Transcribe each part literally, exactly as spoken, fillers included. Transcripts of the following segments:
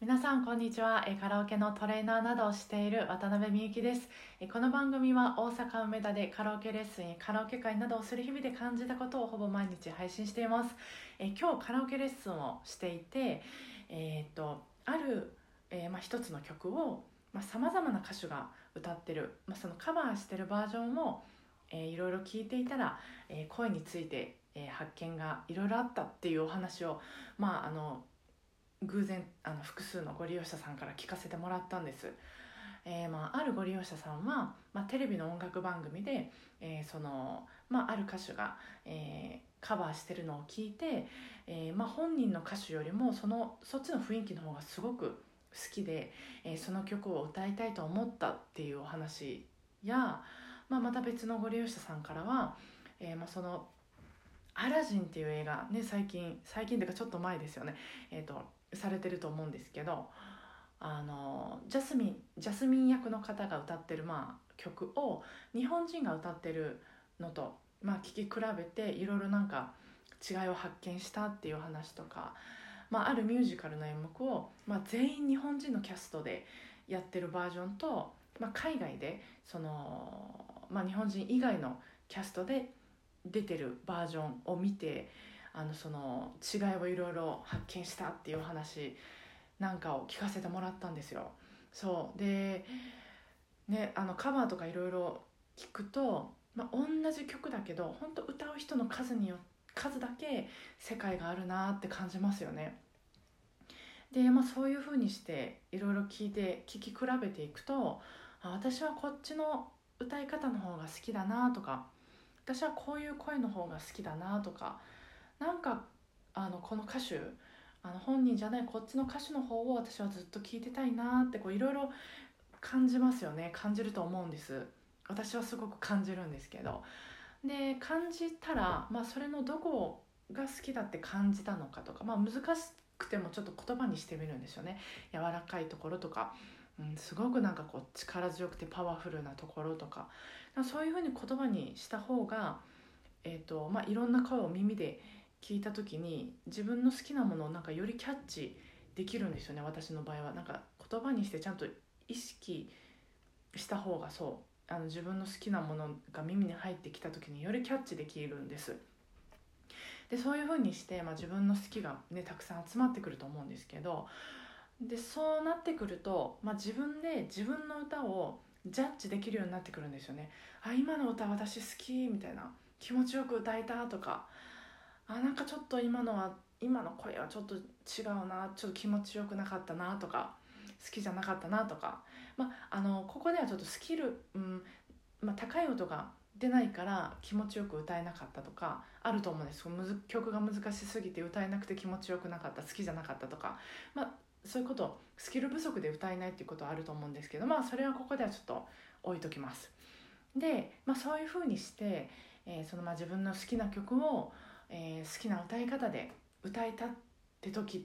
皆さんこんにちは。カラオケのトレーナーなどをしている渡辺美幸です。この番組は大阪梅田でカラオケレッスンやカラオケ会などをする日々で感じたことをほぼ毎日配信しています。今日カラオケレッスンをしていて、えー、っとある、えーまあ、一つの曲をさまざ、まな歌手が歌ってる、まあ、そのカバーしてるバージョンを、えー、いろいろ聞いていたら、えー、声について、えー、発見がいろいろあったっていうお話を、まああの偶然あの複数のご利用者さんから聞かせてもらったんです。えーまあ、あるご利用者さんは、まあ、テレビの音楽番組で、えーそのまあ、ある歌手が、えーカバーしてるのを聞いて、えーまあ、本人の歌手よりもそのそっちの雰囲気の方がすごく好きで、えーその曲を歌いたいと思ったっていうお話や、まあ、また別のご利用者さんからは、えーまあ、そのアラジンっていう映画ね、最近最近というかちょっと前ですよね、えーとされてると思うんですけど、あのジャスミンジャスミン役の方が歌ってる、まあ、曲を日本人が歌ってるのと、まあ、聴き比べていろいろなんか違いを発見したっていう話とか、まあ、あるミュージカルの演目を、まあ、全員日本人のキャストでやってるバージョンと、まあ、海外でその、まあ、日本人以外のキャストで出てるバージョンを見て、あのその違いをいろいろ発見したっていうお話なんかを聞かせてもらったんですよ。そうで、ね、あのカバーとかいろいろ聞くと、まあ、同じ曲だけど本当歌う人の数によ数だけ世界があるなって感じますよね。で、まあ、そういう風にしていろいろ聞いて聞き比べていくと、あ、私はこっちの歌い方の方が好きだなとか、私はこういう声の方が好きだなとか、なんかあのこの歌手あの本人じゃないこっちの歌手の方を私はずっと聞いてたいなってこういろいろ感じますよね。感じると思うんです。私はすごく感じるんですけど、で感じたら、まあ、それのどこが好きだって感じたのかとか、まあ、難しくてもちょっと言葉にしてみるんですよね。柔らかいところとか、うん、すごくなんかこう力強くてパワフルなところとか、そういうふうに言葉にした方が、えーとまあ、いろんな声を耳で聞いた時に自分の好きなものをなんかよりキャッチできるんですよね。私の場合はなんか言葉にしてちゃんと意識した方が、そうあの自分の好きなものが耳に入ってきた時によりキャッチできるんです。でそういう風にして、まあ、自分の好きが、ね、たくさん集まってくると思うんですけど、でそうなってくると、まあ、自分で自分の歌をジャッジできるようになってくるんですよね。あ、今の歌私好きみたいな、気持ちよく歌えたとか、あ、なんかちょっと今のは今の声はちょっと違うな、ちょっと気持ちよくなかったなとか、好きじゃなかったなとか、まあ、あのここではちょっとスキル、うんまあ、高い音が出ないから気持ちよく歌えなかったとかあると思うんです。曲が難しすぎて歌えなくて気持ちよくなかった、好きじゃなかったとか、まあ、そういうことスキル不足で歌えないっていうことはあると思うんですけど、まあそれはここではちょっと置いときます。で、まあ、そういうふうにして、えーそのまあ自分の好きな曲を、えー好きな歌い方で歌えたって時って、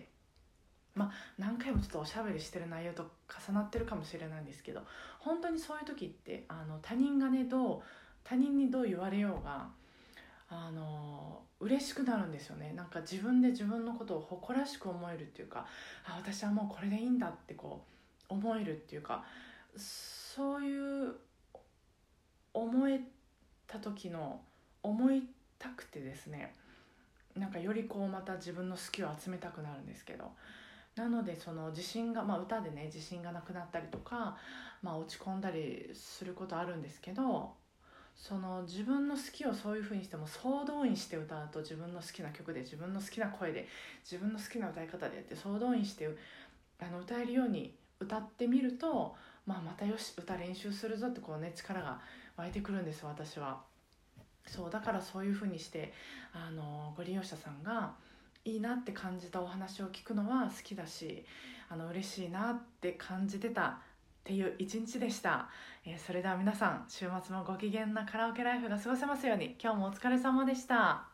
まあ、何回もちょっとおしゃべりしてる内容と重なってるかもしれないんですけど、本当にそういう時ってあの他人がねどう他人にどう言われようがあの嬉しくなるんですよね。なんか自分で自分のことを誇らしく思えるっていうか、あ、私はもうこれでいいんだってこう思えるっていうか、そういう思えた時の思いたくてですね、なんかよりこうまた自分の好きを集めたくなるんですけど、なのでその自信が、まあ、歌でね自信がなくなったりとか、まあ、落ち込んだりすることあるんですけど、その自分の好きをそういう風にしても総動員して歌うと、自分の好きな曲で自分の好きな声で自分の好きな歌い方でやって総動員してあの歌えるように歌ってみると、まあ、またよし歌練習するぞってこうね力が湧いてくるんです、私は。そうだからそういう風にしてあのご利用者さんがいいなって感じたお話を聞くのは好きだし、あの嬉しいなって感じてたっていう一日でした。えーそれでは皆さん、週末もご機嫌なカラオケライフが過ごせますように。今日もお疲れ様でした。